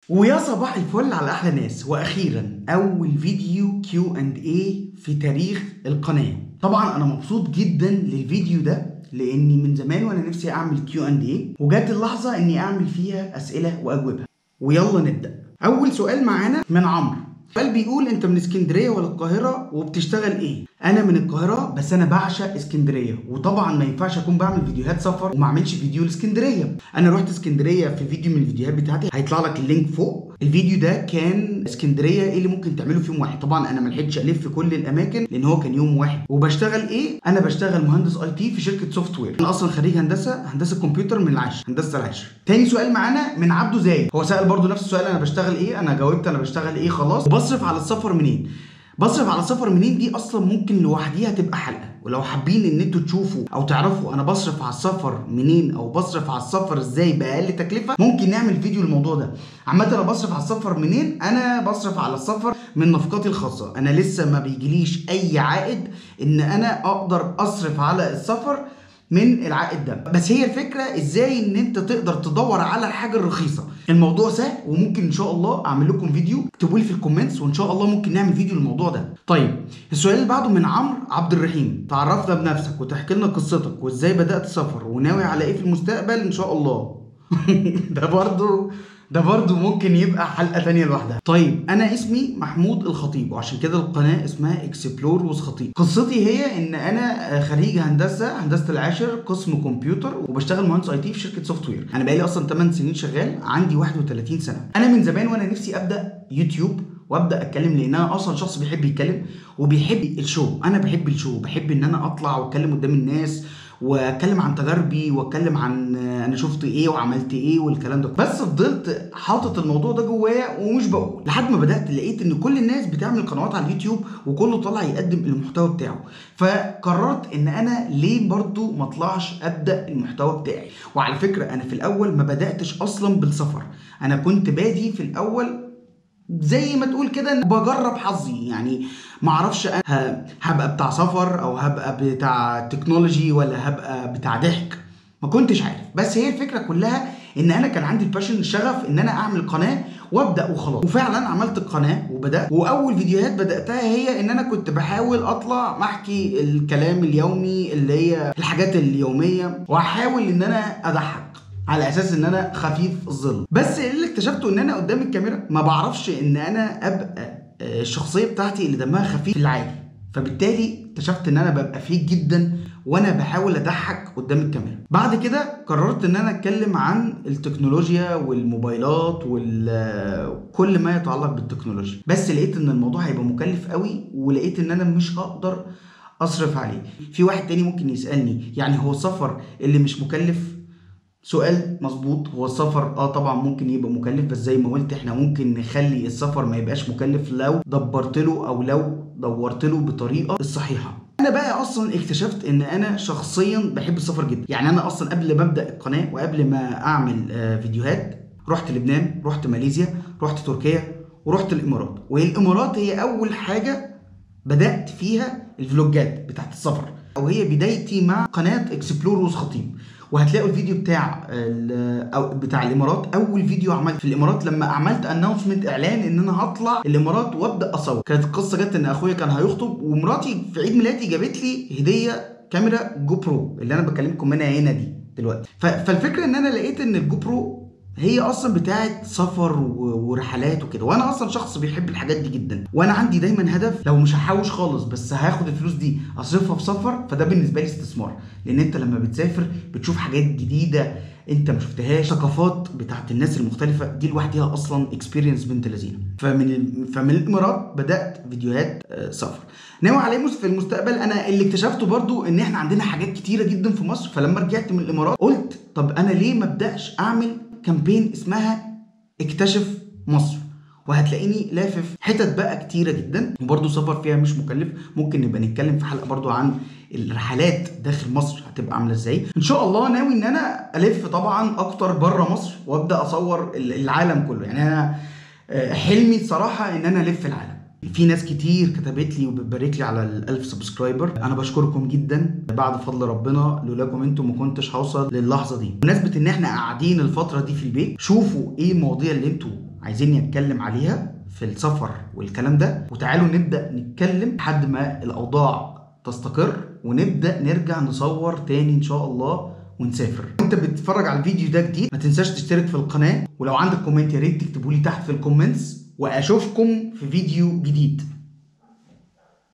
ويا صباح الفل على احلى ناس. واخيرا اول فيديو Q&A في تاريخ القناه. طبعا انا مبسوط جدا للفيديو ده لاني من زمان وانا نفسي اعمل Q&A وجات اللحظه اني اعمل فيها اسئله واجوبه. ويلا نبدا. اول سؤال معانا من عمرو. سؤال بيقول انت من اسكندريه ولا القاهره وبتشتغل ايه؟ انا من القاهره بس انا بعشق اسكندريه، وطبعا ما ينفعش اكون بعمل فيديوهات سفر وما اعملش فيديو لاسكندريه. انا رحت اسكندريه في فيديو من الفيديوهات بتاعتي، هيطلع لك اللينك فوق. الفيديو ده كان اسكندريه ايه اللي ممكن تعمله في يوم واحد. طبعا انا ما لحقتش الف في كل الاماكن لان هو كان يوم واحد. وبشتغل ايه؟ انا بشتغل مهندس IT في شركه سوفت وير. انا اصلا خريج هندسه كمبيوتر من العاشر، هندسه العاشر. تاني سؤال معانا من عبده زايد. هو سأل برضو نفس السؤال، انا بشتغل ايه؟ انا جاوبت انا بشتغل ايه خلاص. وبصرف على السفر منين؟ بصرف على السفر منين دي اصلا ممكن لوحديها تبقى حلقه، ولو حابين ان انتوا تشوفوا او تعرفوا انا بصرف على السفر منين او بصرف على السفر ازاي باقل تكلفه ممكن نعمل فيديو للموضوع ده. عامه انا بصرف على السفر منين؟ انا بصرف على السفر من نفقاتي الخاصه. انا لسه ما بيجيليش اي عائد ان انا اقدر اصرف على السفر من العائد ده. بس هي الفكره ازاي ان انت تقدر تدور على الحاجه الرخيصه. الموضوع سهل وممكن ان شاء الله اعمل لكم فيديو، اكتبوا لي في الكومنتس وان شاء الله ممكن نعمل فيديو للموضوع ده. طيب السؤال اللي بعده من عمرو عبد الرحيم. تعرفنا بنفسك وتحكي لنا قصتك وازاي بدات سفر وناوي على ايه في المستقبل ان شاء الله. ده برضو ممكن يبقى حلقة تانية لوحدها. طيب أنا اسمي محمود الخطيب وعشان كده القناة اسمها اكسبلور وذ خطيب. قصتي هي إن أنا خريج هندسة العاشر قسم كمبيوتر وبشتغل مهندس IT في شركة سوفت وير. أنا بقالي أصلا 8 سنين شغال، عندي 31 سنة. أنا من زمان وأنا نفسي أبدأ يوتيوب وابدا اتكلم لان انا اصلا شخص بيحب يتكلم وبيحب الشو. انا بحب الشو، بحب ان انا اطلع واتكلم قدام الناس واتكلم عن تجاربي واتكلم عن انا شفت ايه وعملت ايه والكلام ده. بس فضلت حاطط الموضوع ده جوايا ومش بقول، لحد ما بدات لقيت ان كل الناس بتعمل قنوات على اليوتيوب وكله طالع يقدم المحتوى بتاعه. فقررت ان انا ليه برضو ما اطلعش ابدا المحتوى بتاعي. وعلى فكره انا في الاول ما بداتش اصلا بالسفر، انا كنت بادي في الاول زي ما تقول كده بجرب حظي. يعني ما اعرفش انا هبقى بتاع سفر او هبقى بتاع تكنولوجي ولا هبقى بتاع ضحك، ما كنتش عارف. بس هي الفكره كلها ان انا كان عندي الباشن، الشغف ان انا اعمل قناه وابدا وخلاص. وفعلا عملت القناه وبدات، واول فيديوهات بداتها هي ان انا كنت بحاول اطلع محكي الكلام اليومي اللي هي الحاجات اليوميه واحاول ان انا اضحك على اساس ان انا خفيف الظل. بس اللي اكتشفته ان انا قدام الكاميرا ما بعرفش ان انا ابقى الشخصيه بتاعتي اللي دمها خفيف في العادي. فبالتالي اكتشفت ان انا ببقى فيك جدا وانا بحاول اضحك قدام الكاميرا. بعد كده قررت ان انا اتكلم عن التكنولوجيا والموبايلات وكل ما يتعلق بالتكنولوجيا. بس لقيت ان الموضوع هيبقى مكلف قوي ولقيت ان انا مش هقدر اصرف عليه. في واحد تاني ممكن يسالني يعني هو السفر اللي مش مكلف؟ سؤال مظبوط. هو السفر طبعا ممكن يبقى مكلف، بس زي ما قلت احنا ممكن نخلي السفر ما يبقاش مكلف لو دبرت له او لو دورت له بالطريقه الصحيحه. انا بقى اصلا اكتشفت ان انا شخصيا بحب السفر جدا. يعني انا اصلا قبل ما ابدا القناه وقبل ما اعمل فيديوهات رحت لبنان، رحت ماليزيا، رحت تركيا، ورحت الامارات. والامارات هي اول حاجه بدات فيها الفلوجات بتاعت السفر، او هي بدايتي مع قناه اكسبلور وذ خطيب. وهتلاقوا الفيديو بتاع الامارات اول فيديو عملت في الامارات لما عملت اناونسمنت، اعلان ان انا هطلع الامارات وابدا اصور. كانت القصه جت ان اخويا كان هيخطب ومراتي في عيد ميلادي جابت لي هديه كاميرا جو برو اللي انا بكلمكم منها هنا دي دلوقتي. فالفكره ان انا لقيت ان الجو برو هي اصلا بتاعت سفر ورحلات وكده، وانا اصلا شخص بيحب الحاجات دي جدا. وانا عندي دايما هدف لو مش هحوش خالص بس هاخد الفلوس دي اصرفها في سفر، فده بالنسبه لي استثمار. لان انت لما بتسافر بتشوف حاجات جديده انت ما شفتهاش، ثقافات بتاعت الناس المختلفه دي لوحدها اصلا اكسبيرينس بنت لذينه. فمن الامارات بدات فيديوهات سفر. ناوي على في المستقبل. انا اللي اكتشفته برضو ان احنا عندنا حاجات كتيره جدا في مصر. فلما رجعت من الامارات قلت طب انا ليه ما ابداش اعمل كامبين اسمها اكتشف مصر، وهتلاقيني لافف حتت بقى كتيره جدا وبرده سفر فيها مش مكلف. ممكن نبقى نتكلم في حلقه برده عن الرحلات داخل مصر هتبقى عامله ازاي. ان شاء الله ناوي ان انا الف طبعا اكتر بره مصر وابدا اصور العالم كله. يعني انا حلمي الصراحه ان انا الف العالم. في ناس كتير كتبت لي وبتبارك لي على ال1000 سبسكرايبر، انا بشكركم جدا. بعد فضل ربنا لولاكم انتم ما كنتش هوصل للحظه دي. بمناسبه ان احنا قاعدين الفتره دي في البيت، شوفوا ايه المواضيع اللي انتم عايزيني اتكلم عليها في السفر والكلام ده، وتعالوا نبدأ نتكلم لحد ما الأوضاع تستقر ونبدأ نرجع نصور تاني إن شاء الله ونسافر. انت بتتفرج على الفيديو ده جديد، ما تنساش تشترك في القناة، ولو عندك كومنت يا ريت تكتبوا لي تحت في الكومنتس، واشوفكم في فيديو جديد.